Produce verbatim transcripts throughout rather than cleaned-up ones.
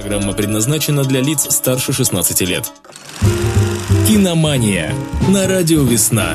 Программа предназначена для лиц старше шестнадцати лет. Киномания на радио «Весна».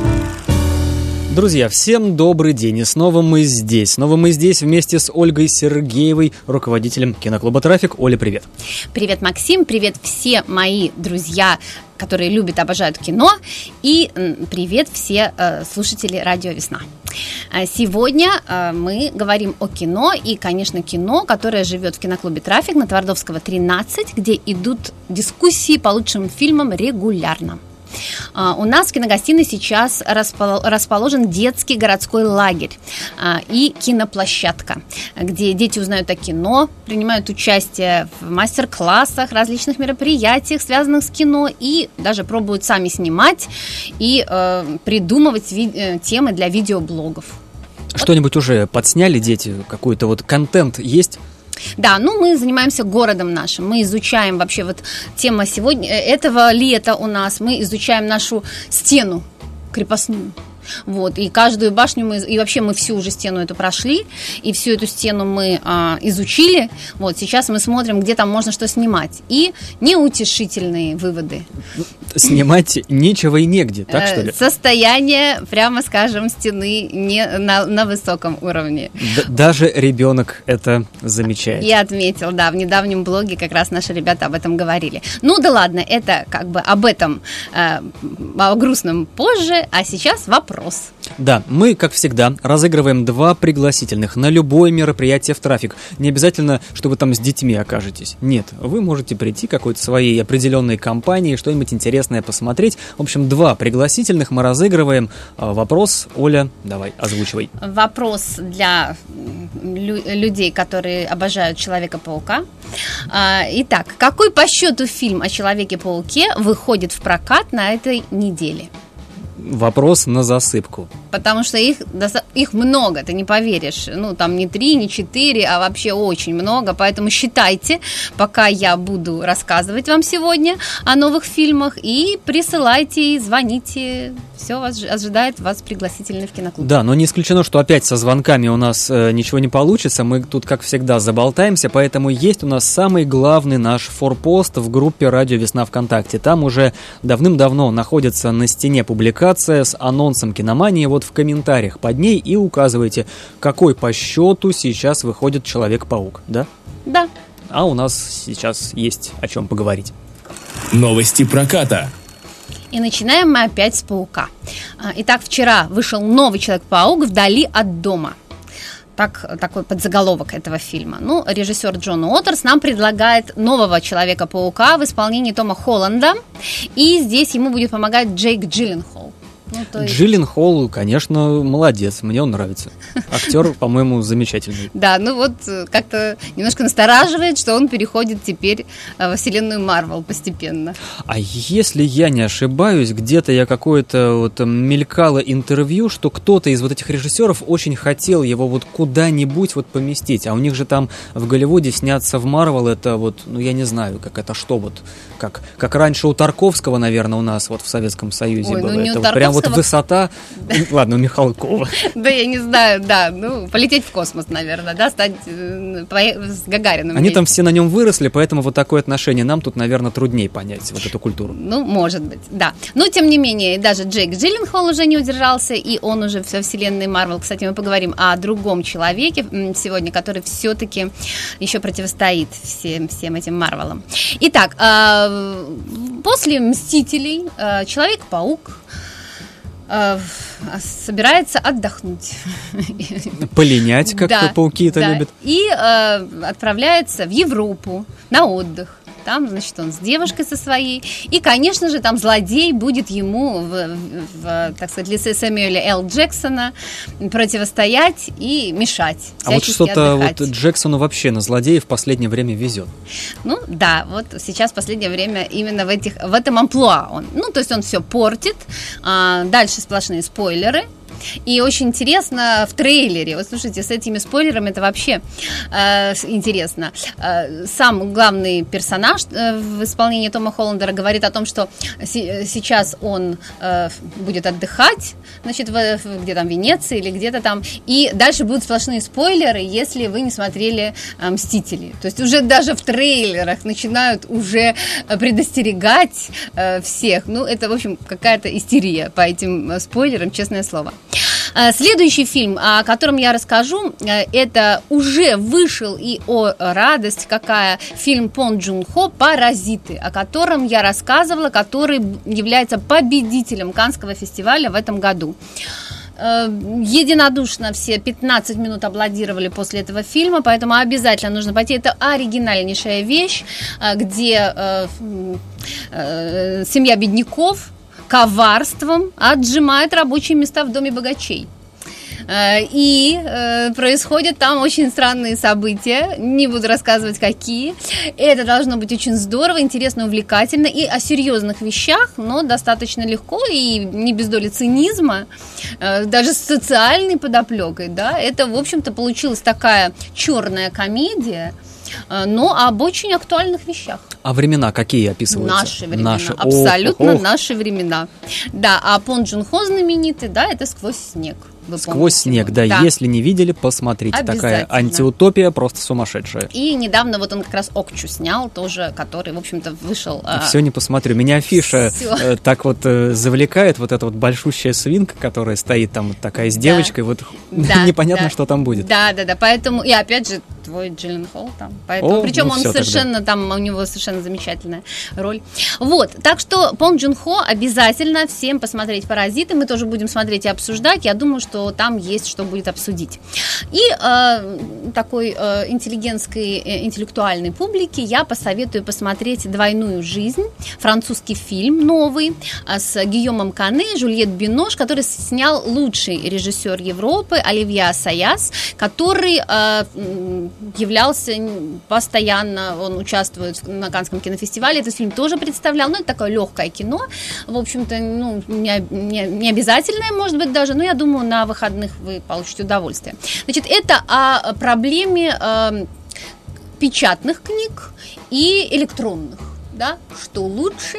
Друзья, всем добрый день, и снова мы здесь. Снова мы здесь вместе с Ольгой Сергеевой, руководителем киноклуба «Трафик». Оля, привет. Привет, Максим, привет все мои друзья, которые любят, обожают кино, и привет все э, слушатели радио «Весна». Сегодня э, мы говорим о кино, и, конечно, кино, которое живет в киноклубе «Трафик» на Твардовского, тринадцать, где идут дискуссии по лучшим фильмам регулярно. У нас в киногостиной сейчас расположен детский городской лагерь и киноплощадка, где дети узнают о кино, принимают участие в мастер-классах, различных мероприятиях, связанных с кино, и даже пробуют сами снимать и придумывать темы для видеоблогов. Что-нибудь уже подсняли дети? Какой-то вот контент есть? Да, ну мы занимаемся городом нашим, мы изучаем вообще вот тема сегодня, этого лета у нас, мы изучаем нашу стену крепостную. Вот, и каждую башню мы, и вообще мы всю уже стену эту прошли, и всю эту стену мы а, изучили. Вот, сейчас мы смотрим, где там можно что снимать. И неутешительные выводы. Снимать нечего и негде, так что ли? Состояние, прямо скажем, стены не на, на высоком уровне. Д- даже ребенок это замечает. Я отметил, да, в недавнем блоге как раз наши ребята об этом говорили. Ну да ладно, это как бы об этом, э, о грустном позже, а сейчас вопрос. Да, мы, как всегда, разыгрываем два пригласительных на любое мероприятие в «Трафик». Не обязательно, что вы там с детьми окажетесь. Нет, вы можете прийти к какой-то своей определенной компании, что-нибудь интересное посмотреть. В общем, два пригласительных мы разыгрываем. Вопрос, Оля, давай, озвучивай. Вопрос для лю- людей, которые обожают Человека-паука. Итак, какой по счету фильм о Человеке-пауке выходит в прокат на этой неделе? Вопрос на засыпку. Потому что их, их много, ты не поверишь. Ну, там не три, не четыре, а вообще очень много. Поэтому считайте, пока я буду рассказывать вам сегодня о новых фильмах. И присылайте, и звоните. Все вас ожидает, вас пригласительный в киноклуб. Да, но не исключено, что опять со звонками у нас э, ничего не получится. Мы тут, как всегда, заболтаемся. Поэтому есть у нас самый главный наш форпост в группе «Радио Весна» ВКонтакте. Там уже давным-давно находится на стене публикация с анонсом киномании. Вот в комментариях под ней и указывайте, какой по счету сейчас выходит Человек-паук, да? Да. А у нас сейчас есть о чем поговорить. Новости проката. И начинаем мы опять с «Паука». Итак, вчера вышел новый Человек-паук «Вдали от дома». Так, такой подзаголовок этого фильма. Ну, режиссер Джон Уотерс нам предлагает нового Человека-паука в исполнении Тома Холланда. И здесь ему будет помогать Джейк Джилленхол. Ну, то есть... Джилленхол, конечно, молодец, мне он нравится. Актер, по-моему, замечательный. Да, ну вот как-то немножко настораживает, что он переходит теперь во вселенную Марвел постепенно. А если я не ошибаюсь, где-то я какое-то вот мелькало интервью, что кто-то из вот этих режиссеров очень хотел его вот куда-нибудь вот поместить. А у них же там в Голливуде сняться в Марвел, это вот, ну я не знаю, как это что вот, как, как раньше у Тарковского, наверное, у нас вот в Советском Союзе Ой, было. Ну, это вот прям вот высота, да. Ладно, у Михалкова. Да, я не знаю, да, ну, полететь в космос, наверное, да, стать с Гагарином. Они там все на нем выросли, поэтому вот такое отношение нам тут, наверное, труднее понять вот эту культуру. Ну, может быть, да. Но, тем не менее, даже Джейк Джилленхол уже не удержался, и он уже во вселенной Марвел. Кстати, мы поговорим о другом человеке сегодня, который все-таки еще противостоит всем, всем этим Марвелам. Итак, после «Мстителей» Человек-паук собирается отдохнуть. Полинять, как да, пауки это да. любят. И э, отправляется в Европу на отдых. Там, значит, он с девушкой со своей. И, конечно же, там злодей будет ему, в, в, в, так сказать, лице Сэмюэля Л. Джексона противостоять и мешать. А вот что-то вот Джексону вообще на злодея в последнее время везет. Ну, да, вот сейчас в последнее время именно в, этих, в этом амплуа он. Ну, то есть он все портит. А, дальше сплошные спойлеры. И очень интересно в трейлере, вот слушайте, с этими спойлерами это вообще э, интересно. Э, сам главный персонаж э, в исполнении Тома Холландера говорит о том, что си- сейчас он э, будет отдыхать, значит, в, в, где там, в Венеции или где-то там, и дальше будут сплошные спойлеры, если вы не смотрели э, «Мстители». То есть уже даже в трейлерах начинают уже предостерегать э, всех. Ну, это, в общем, какая-то истерия по этим э, спойлерам, честное слово. Следующий фильм, о котором я расскажу, это уже вышел, и о радость какая, фильм Пон Джун Хо «Паразиты», о котором я рассказывала, который является победителем Каннского фестиваля в этом году. Единодушно все пятнадцать минут аплодировали после этого фильма, поэтому обязательно нужно пойти. Это оригинальнейшая вещь, где семья бедняков коварством отжимает рабочие места в доме богачей. И э, происходят там очень странные события. Не буду рассказывать, какие. Это должно быть очень здорово, интересно, увлекательно. И о серьезных вещах, но достаточно легко. И не без доли цинизма, э, даже с социальной подоплекой, да. Это, в общем-то, получилась такая черная комедия, но об очень актуальных вещах. А времена какие описываются? Наши времена, наши. абсолютно ох, ох. наши времена. Да, а Пон Джун Хо знаменитый, да, это «Сквозь снег». Вы «Сквозь помните снег», его? да, Да. если не видели, посмотрите. Такая антиутопия просто сумасшедшая. И недавно вот он как раз «Окчу» снял тоже, который, в общем-то, вышел... Все не посмотрю. Меня афиша Всё. так вот э, завлекает, вот эта вот большущая свинка, которая стоит там вот такая с девочкой, вот Да, непонятно, да. что там будет. Да, да, да, поэтому... И опять же, твой Джилленхол там. Поэтому, О, причем ну он всё совершенно там, у него совершенно замечательная роль. Вот, так что Пон Джун Хо обязательно всем посмотреть «Паразиты». Мы тоже будем смотреть и обсуждать. Я думаю, что там есть что будет обсудить. И э, такой э, интеллигентской, э, интеллектуальной публике я посоветую посмотреть «Двойную жизнь», французский фильм новый э, с Гийомом Кане, Жюльет Бинош, который снял лучший режиссер Европы Оливье Ассаяс, который э, являлся постоянно, он участвует на Каннском кинофестивале, этот фильм тоже представлял, ну, это такое легкое кино, в общем-то, ну, не, не, не обязательное, может быть, даже, но я думаю, на выходных вы получите удовольствие. Значит, это о проблеме э, печатных книг и электронных. Да, что лучше,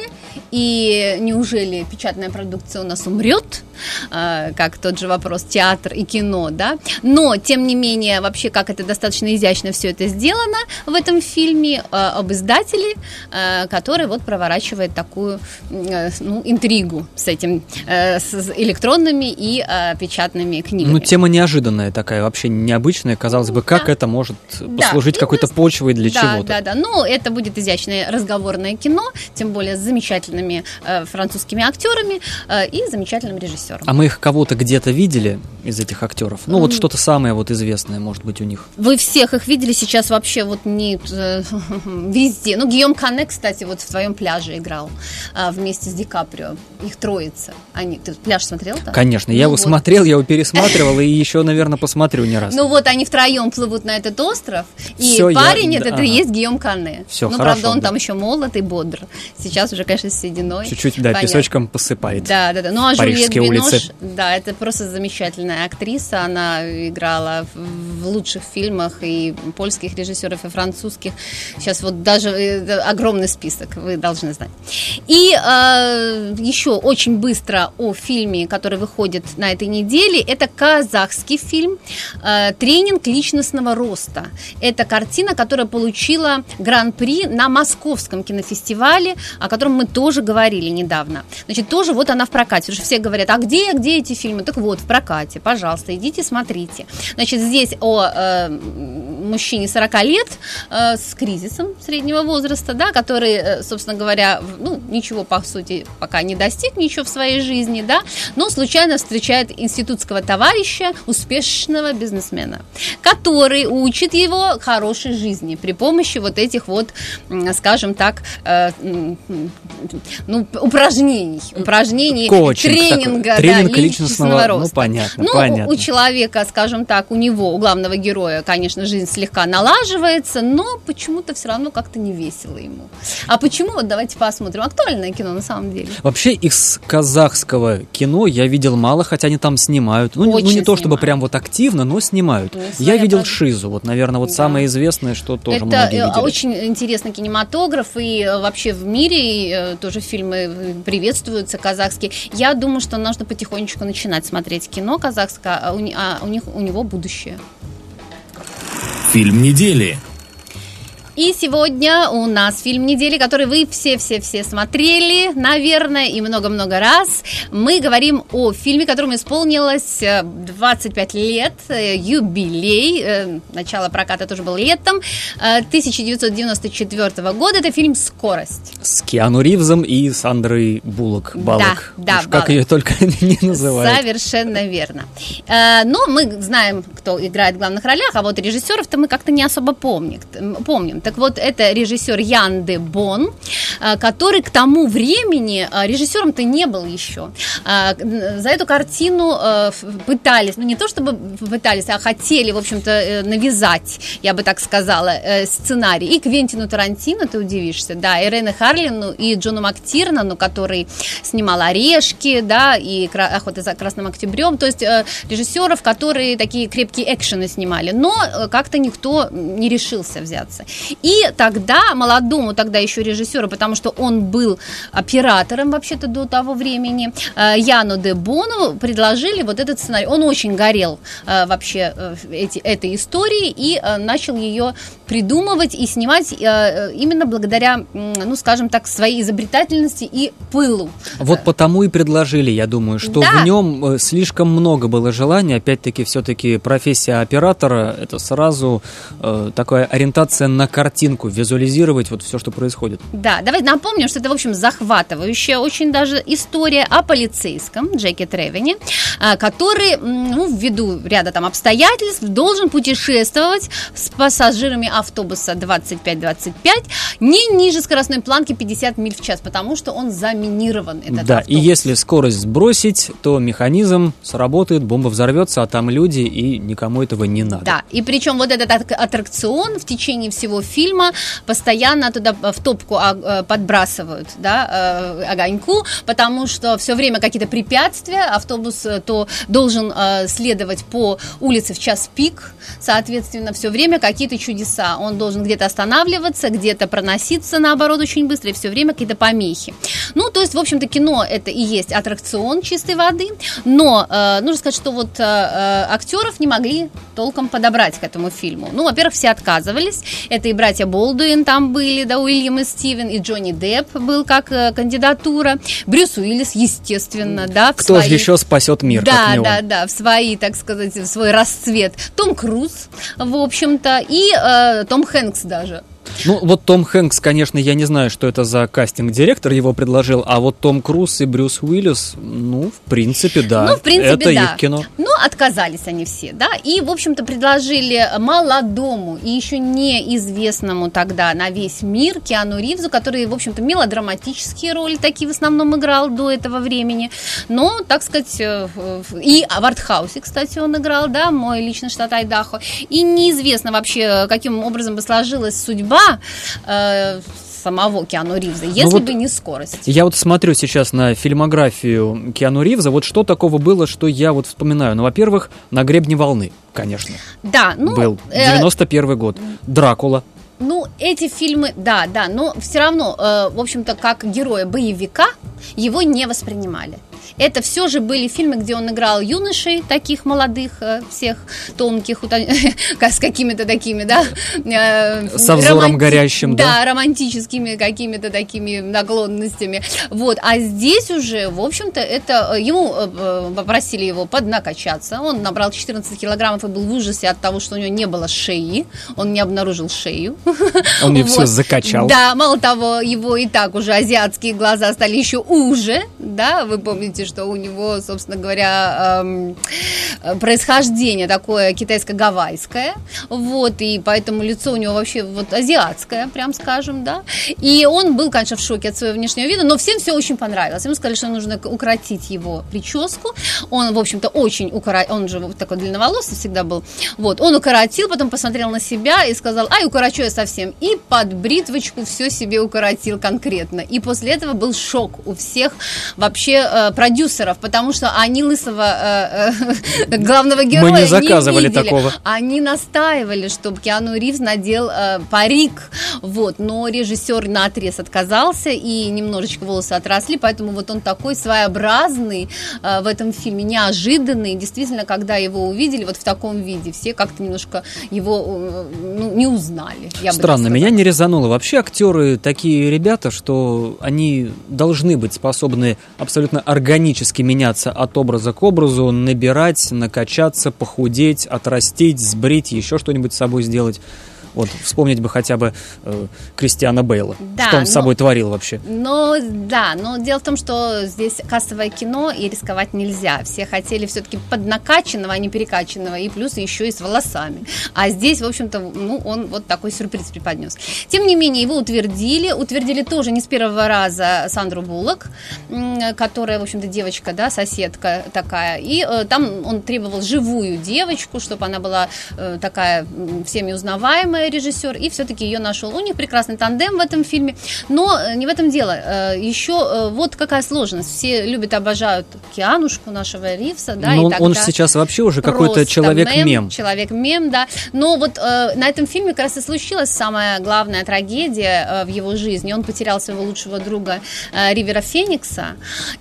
и неужели печатная продукция у нас умрет, э, как тот же вопрос театр и кино, да, но, тем не менее, вообще, как это достаточно изящно все это сделано в этом фильме, э, об издателе, э, который вот проворачивает такую, э, ну, интригу с этим, э, с электронными и э, печатными книгами. Ну, тема неожиданная такая, вообще необычная, казалось бы, как Да. это может Да. послужить И какой-то нас- почвой для да, чего-то. Да, да, ну, это будет изящное разговорное кино, тем более с замечательными э, французскими актерами э, и замечательным режиссером. А мы их кого-то где-то видели из этих актеров? Ну, вот что-то самое вот известное, может быть, у них. Вы всех их видели сейчас вообще вот не э, везде. Ну, Гийом Кане, кстати, вот в твоем пляже играл э, вместе с Ди Каприо. Их троица. Они, ты пляж смотрел-то? Конечно, я Ну его вот. смотрел, я его пересматривал и еще, наверное, посмотрю не раз. Ну вот они втроем плывут на этот остров, и Всё, я- парень этот да, и ага. есть Гийом Кане. Всё, ну, хорошо, правда, он да. там еще молод и бодр. Сейчас уже, конечно, с сединой. Чуть-чуть, да, Понятно. песочком посыпает. Да, да, да. Ну, а Жюльет Парижские Бинош, улицы. да, это просто замечательная актриса. Она играла в, в лучших фильмах и польских режиссеров, и французских. Сейчас вот даже э, огромный список, вы должны знать. И э, еще очень быстро о фильме, который выходит на этой неделе. Это казахский фильм э, «Тренинг личностного роста». Это картина, которая получила гран-при на Московском кинофестивале, о котором мы тоже говорили недавно. Значит, тоже вот она в прокате. Потому что все говорят, а где, где эти фильмы? Так вот, в прокате, пожалуйста, идите, смотрите. Значит, здесь о э, мужчине сорока лет э, с кризисом среднего возраста, да, который, э, собственно говоря, ну, ничего, по сути, пока не достиг ничего в своей жизни, да, но случайно встречает институтского товарища, успешного бизнесмена, который учит его хорошей жизни при помощи вот этих вот, скажем так, э, ну, упражнений, упражнений, Коучинг тренинга, такой. Тренинг да, личностного, личностного роста. Ну, понятно, ну, понятно. У человека, скажем так, у него, у главного героя, конечно, жизнь слегка налаживается, но почему-то все равно как-то не весело ему. А почему? Вот давайте посмотрим. Актуальное кино на самом деле. Вообще из казахского кино я видел мало, хотя они там снимают. Ну, ну не то чтобы прям вот активно, но снимают. Ну, я видел даже... «Шизу». Вот, наверное, вот да. самое известное, что тоже это многие видели. Это очень интересный кинематограф, и вообще в мире тоже фильмы приветствуются казахские. Я думаю, что нужно потихонечку начинать смотреть кино казахское, а у, а у, них, у него будущее. Фильм недели. И сегодня у нас фильм недели, который вы все-все-все смотрели, наверное, и много-много раз. Мы говорим о фильме, которому исполнилось двадцать пять лет, юбилей. Начало проката тоже был летом тысяча девятьсот девяносто четвёртого года. Это фильм «Скорость». С Киану Ривзом и Сандрой Буллок. Баллок. Да, да, Уж как ее только не называют. Совершенно верно. Но мы знаем, кто играет в главных ролях, а вот режиссеров-то мы как-то не особо помним. помним. Так вот, это режиссер Ян де Бон, который к тому времени режиссером-то не был еще. За эту картину пытались, ну не то чтобы пытались, а хотели, в общем-то, навязать, я бы так сказала, сценарий. И Квентину Тарантино, ты удивишься, да, и Рене Харлину, и Джону Мактирнану, который снимал «Орешки», да, и «Охота за красным октябрем», то есть режиссеров, которые такие крепкие экшены снимали, но как-то никто не решился взяться. И тогда, молодому тогда еще режиссеру, потому что он был оператором вообще-то до того времени, Яну де Бону предложили вот этот сценарий. Он очень горел вообще эти, этой историей и начал ее придумывать и снимать именно благодаря, ну, скажем так, своей изобретательности и пылу. Вот потому и предложили, я думаю, что да. в нем слишком много было желания. Опять-таки, все-таки профессия оператора – это сразу э, такая ориентация на картинку, визуализировать вот все, что происходит. Да, давайте напомним, что это, в общем, захватывающая очень даже история о полицейском Джеке Тревине, который, ну, ввиду ряда там обстоятельств должен путешествовать с пассажирами автобуса двадцать пять двадцать пять не ниже скоростной планки пятьдесят миль в час, потому что он заминирован, этот да, автобус. И если скорость сбросить, то механизм сработает, бомба взорвется, а там люди, и никому этого не надо. Да, и причем вот этот аттракцион в течение всего фильма постоянно туда в топку подбрасывают, да, огоньку, потому что все время какие-то препятствия, автобус то должен следовать по улице в час пик, соответственно, все время какие-то чудеса. Он должен где-то останавливаться, где-то проноситься, наоборот, очень быстро, и все время какие-то помехи. Ну, то есть, в общем-то, кино это и есть аттракцион чистой воды, но э, нужно сказать, что вот э, актеров не могли толком подобрать к этому фильму. Ну, во-первых, все отказывались. Это и братья Болдуин там были, да, Уильям и Стивен, и Джонни Депп был как э, кандидатура, Брюс Уиллис, естественно, да. Кто свои... же еще спасет мир, да, как не он? Да, да, в свои, так сказать, в свой расцвет. Том Круз, в общем-то, и э, Том Хэнкс даже. Ну, вот Том Хэнкс, конечно, я не знаю, что это за кастинг-директор его предложил, а вот Том Круз и Брюс Уиллис, ну, в принципе, да, ну, в принципе, это да. их кино. Ну, отказались они все, да, и, в общем-то, предложили молодому и еще неизвестному тогда на весь мир Киану Ривзу, который, в общем-то, мелодраматические роли такие в основном играл до этого времени, но, так сказать, и в артхаусе, кстати, он играл, да, мой личный штат Айдахо, и неизвестно вообще, каким образом бы сложилась судьба э, самого Киану Ривза, если ну вот бы не скорость. Я вот смотрю сейчас на фильмографию Киану Ривза, вот что такого было, что я вот вспоминаю. Ну, во-первых, «На гребне волны», конечно. Да, ну... Был, девяносто первый год. «Дракула». Ну, эти фильмы, да, да, но все равно, э, в общем-то, как героя боевика, его не воспринимали. Это все же были фильмы, где он играл юношей, таких молодых, э, всех тонких, с какими-то такими, да... Э, Со взором романти- горящим, да? Да, романтическими какими-то такими наклонностями. Вот, а здесь уже, в общем-то, это... Ему э, попросили его поднакачаться. Он набрал четырнадцать килограммов и был в ужасе от того, что у него не было шеи. Он не обнаружил шею. Он ее вот. все закачал. Да, мало того, его и так уже азиатские глаза стали еще уже, да, вы помните поймете, что у него, собственно говоря, эм, происхождение такое китайско-гавайское, вот, и поэтому лицо у него вообще вот азиатское, прям скажем, да, и он был, конечно, в шоке от своего внешнего вида, но всем все очень понравилось, ему сказали, что нужно укоротить его прическу, он, в общем-то, очень укоротил, он же такой длинноволосый всегда был, вот, он укоротил, потом посмотрел на себя и сказал, ай, укорочу я совсем, и под бритвочку все себе укоротил конкретно, и после этого был шок у всех вообще э, продюсеров, потому что они лысого э, э, главного героя Мы не заказывали не видели. такого. Они настаивали, чтобы Киану Ривз надел э, парик, вот, но режиссер наотрез отказался, и немножечко волосы отросли, поэтому вот он такой своеобразный э, в этом фильме, неожиданный, действительно, когда его увидели вот в таком виде, все как-то немножко его э, ну, не узнали. Я Странно, меня не резануло. Вообще актеры такие ребята, что они должны быть способны абсолютно органически меняться от образа к образу, набирать, накачаться, похудеть, отрастить, сбрить, еще что-нибудь с собой сделать. Вот, вспомнить бы хотя бы э, Кристиана Бейла, да, что он с но, собой творил вообще. Но, да, но дело в том, что здесь кассовое кино, и рисковать нельзя. Все хотели все-таки поднакачанного, а не перекачанного, и плюс еще и с волосами. А здесь, в общем-то, ну, он вот такой сюрприз преподнес. Тем не менее, его утвердили. Утвердили тоже не с первого раза Сандру Буллок, которая, в общем-то, девочка, да, соседка такая. И э, там он требовал живую девочку, чтобы она была э, такая всеми узнаваемая, режиссер, и все-таки ее нашел. У них прекрасный тандем в этом фильме, но не в этом дело. Еще вот какая сложность. Все любят, обожают Кианушку нашего Ривза, да, но и он, тогда он же сейчас вообще уже какой-то человек-мем. Человек-мем, да. Но вот э, на этом фильме как раз и случилась самая главная трагедия э, в его жизни. Он потерял своего лучшего друга э, Ривера Феникса,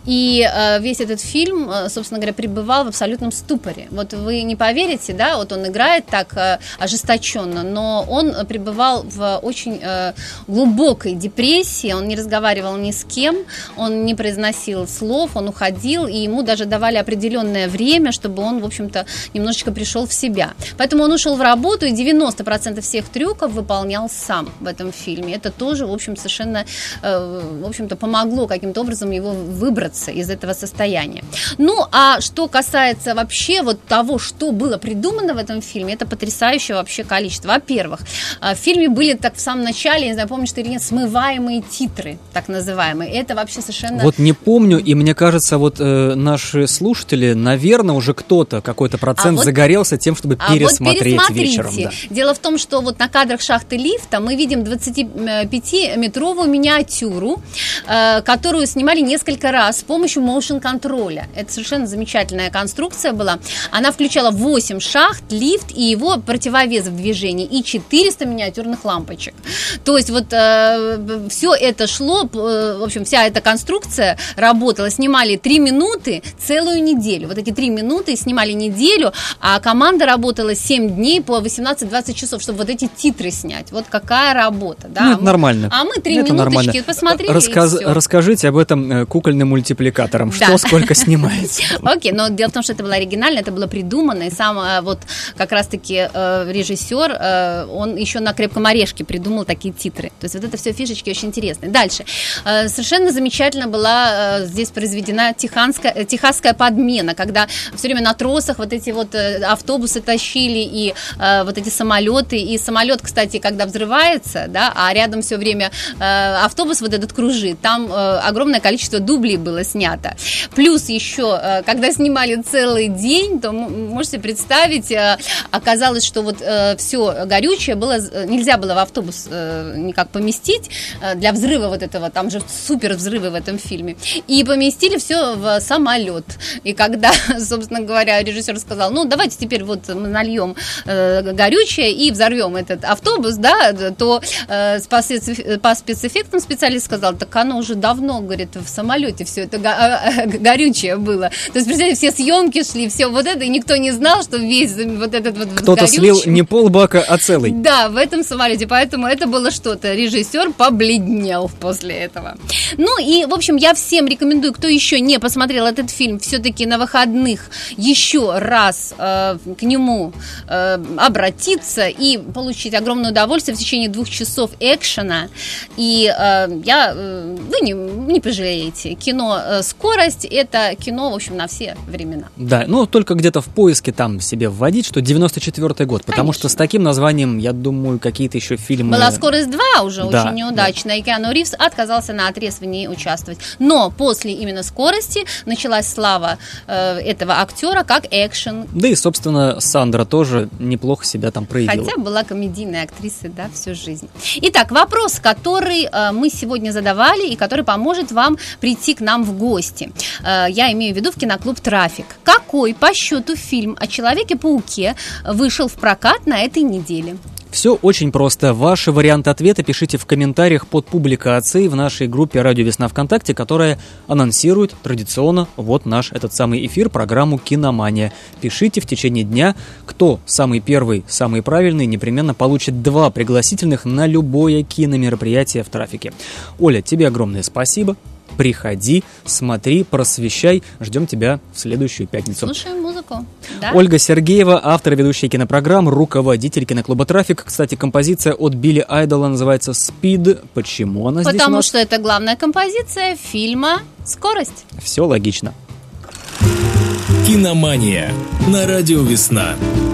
и э, весь этот фильм, э, собственно говоря, пребывал в абсолютном ступоре. Вот вы не поверите, да, вот он играет так э, ожесточенно, но он пребывал в очень э, глубокой депрессии, он не разговаривал ни с кем, он не произносил слов, он уходил, и ему даже давали определенное время, чтобы он, в общем-то, немножечко пришел в себя. Поэтому он ушел в работу, и девяносто процентов всех трюков выполнял сам в этом фильме. Это тоже, в общем, совершенно, э, в общем-то, помогло каким-то образом его выбраться из этого состояния. Ну, а что касается вообще вот того, что было придумано в этом фильме, это потрясающее вообще количество. Во-первых, в фильме были так в самом начале, я не знаю, помнишь ты или нет, смываемые титры, так называемые. Это вообще совершенно... Вот не помню, и мне кажется, вот э, наши слушатели, наверное, уже кто-то, какой-то процент а вот, загорелся тем, чтобы а пересмотреть вот вечером. Да. Дело в том, что вот на кадрах шахты лифта мы видим двадцатипятиметровую миниатюру, э, которую снимали несколько раз с помощью моушн-контроля. Это совершенно замечательная конструкция была. Она включала восемь шахт, лифт и его противовес в движении, и четыреста миниатюрных лампочек. То есть вот э, все это шло, э, в общем, вся эта конструкция работала, снимали три минуты целую неделю. Вот эти три минуты снимали неделю, а команда работала семь дней по восемнадцать-двадцать часов, чтобы вот эти титры снять. Вот какая работа. Да? Ну, это нормально. А мы три это минуточки нормально. посмотрели, Рассказ... и все. Расскажите об этом кукольным мультипликаторам. Да. Что, сколько снимается. Окей, но дело в том, что это было оригинально, это было придумано, и сам вот как раз-таки режиссер, он еще на «Крепком орешке» придумал такие титры. То есть вот это все фишечки очень интересные. Дальше. Совершенно замечательно была здесь произведена техасская, техасская подмена, когда все время на тросах вот эти вот автобусы тащили и вот эти самолеты. И самолет, кстати, когда взрывается, да, а рядом все время автобус вот этот кружит, там огромное количество дублей было снято. Плюс еще, когда снимали целый день, то можете представить, оказалось, что вот все горючее было, нельзя было в автобус никак поместить для взрыва вот этого, там же супер взрывы в этом фильме, и поместили все в самолет. И когда, собственно говоря, режиссер сказал, ну давайте теперь вот мы нальем горючее и взорвем этот автобус, да, то по спецэффектам специалист сказал, так оно уже давно, говорит, в самолете все это горючее было. То есть, представляете, все съемки шли, все вот это, и никто не знал, что весь вот этот вот кто-то горючий... слил не полбака, а целый. Да, в этом самолете, поэтому это было что-то. Режиссер побледнел после этого. Ну и, в общем, я всем рекомендую, кто еще не посмотрел этот фильм, все-таки на выходных еще раз э, к нему э, обратиться и получить огромное удовольствие в течение двух часов экшена. И э, я, э, вы не, не пожалеете. Кино э, «Скорость» — это кино, в общем, на все времена. Да, ну только где-то в поиске там себе вводить, что девяносто четвёртый год, потому Конечно. Что с таким названием, я думаю, какие-то еще фильмы... Была «Скорость два» уже Да, очень неудачно, да. И Киану Ривз отказался наотрез в ней участвовать. Но после именно «Скорости» началась слава э, этого актера как экшен. Да и, собственно, Сандра тоже неплохо себя там проявила. Хотя была комедийной актрисой, да, всю жизнь. Итак, вопрос, который э, мы сегодня задавали и который поможет вам прийти к нам в гости. Э, я имею в виду в киноклуб «Трафик». Какой по счету фильм о Человеке-пауке вышел в прокат на этой неделе? Все очень просто. Ваши варианты ответа пишите в комментариях под публикацией в нашей группе «Радио Весна ВКонтакте», которая анонсирует традиционно вот наш этот самый эфир, программу «Киномания». Пишите в течение дня. Кто самый первый, самый правильный, непременно получит два пригласительных на любое киномероприятие в «Трафике». Оля, тебе огромное спасибо. Приходи, смотри, просвещай. Ждем тебя в следующую пятницу. Слушаем музыку. Да? Ольга Сергеева, автор и ведущая кинопрограмм, руководитель киноклуба «Трафик». Кстати, композиция от Билли Айдола называется «Speed». Почему она здесь у Потому нас? что это главная композиция фильма «Скорость». Все логично. Киномания на радио «Весна».